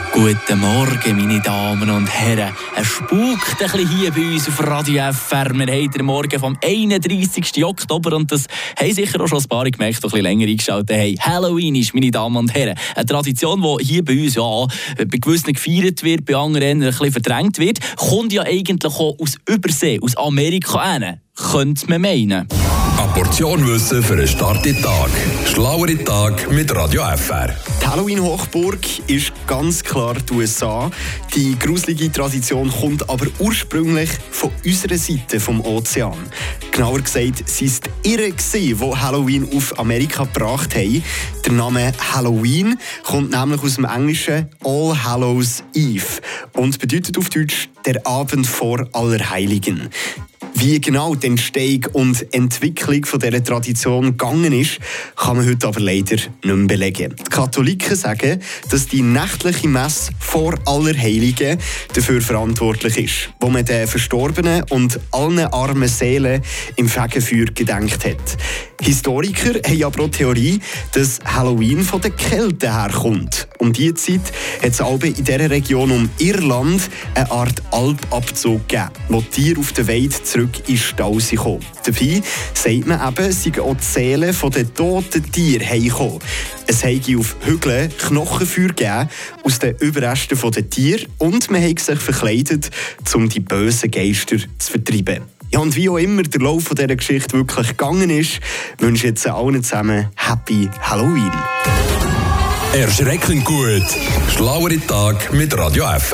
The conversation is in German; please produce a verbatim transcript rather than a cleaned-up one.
Guten Morgen, meine Damen und Herren. Es spukt ein bisschen hier bei uns auf Radio F R. Wir haben den Morgen vom einunddreissigsten Oktober und das haben sicher auch schon ein paar gemerkt, die ein bisschen länger eingeschaltet haben. Halloween ist, meine Damen und Herren, eine Tradition, die hier bei uns ja bei gewissen gefeiert wird, bei anderen ein bisschen verdrängt wird, kommt ja eigentlich auch aus Übersee, aus Amerika hin, könnte man meinen. Eine Portion Wissen für einen starken Tag. Schlauere Tag mit Radio F R. Die Halloween-Hochburg ist ganz klar die U S A. Die gruselige Tradition kommt aber ursprünglich von unserer Seite vom Ozean. Genauer gesagt, sie waren die Iren, die Halloween auf Amerika gebracht haben. Der Name Halloween kommt nämlich aus dem Englischen All Hallows Eve und bedeutet auf Deutsch der Abend vor Allerheiligen. Wie genau die Entstehung und Entwicklung von dieser Tradition gegangen ist, kann man heute aber leider nicht mehr belegen. Die Katholiken sagen, dass die nächtliche Messe vor Allerheiligen dafür verantwortlich ist, wo man den Verstorbenen und allen armen Seelen im Fegefeuer gedenkt hat. Historiker haben aber auch die Theorie, dass Halloween von den Kelten herkommt. Um diese Zeit hat es aber in dieser Region um Irland eine Art Alpabzug gegeben, wo die Tiere auf der Weide zurück in den Stall kamen. Dabei sagt man eben, es seien auch die Seelen der toten Tiere heimgekommen. Es habe auf Hügeln Knochenfeuer gegeben aus den Überresten der Tiere und man habe sich verkleidet, um die bösen Geister zu vertreiben. Ja, und wie auch immer der Lauf dieser Geschichte wirklich gegangen ist, wünsche ich jetzt allen zusammen Happy Halloween. Erschreckend gut. Schlauere Tag mit Radio F R.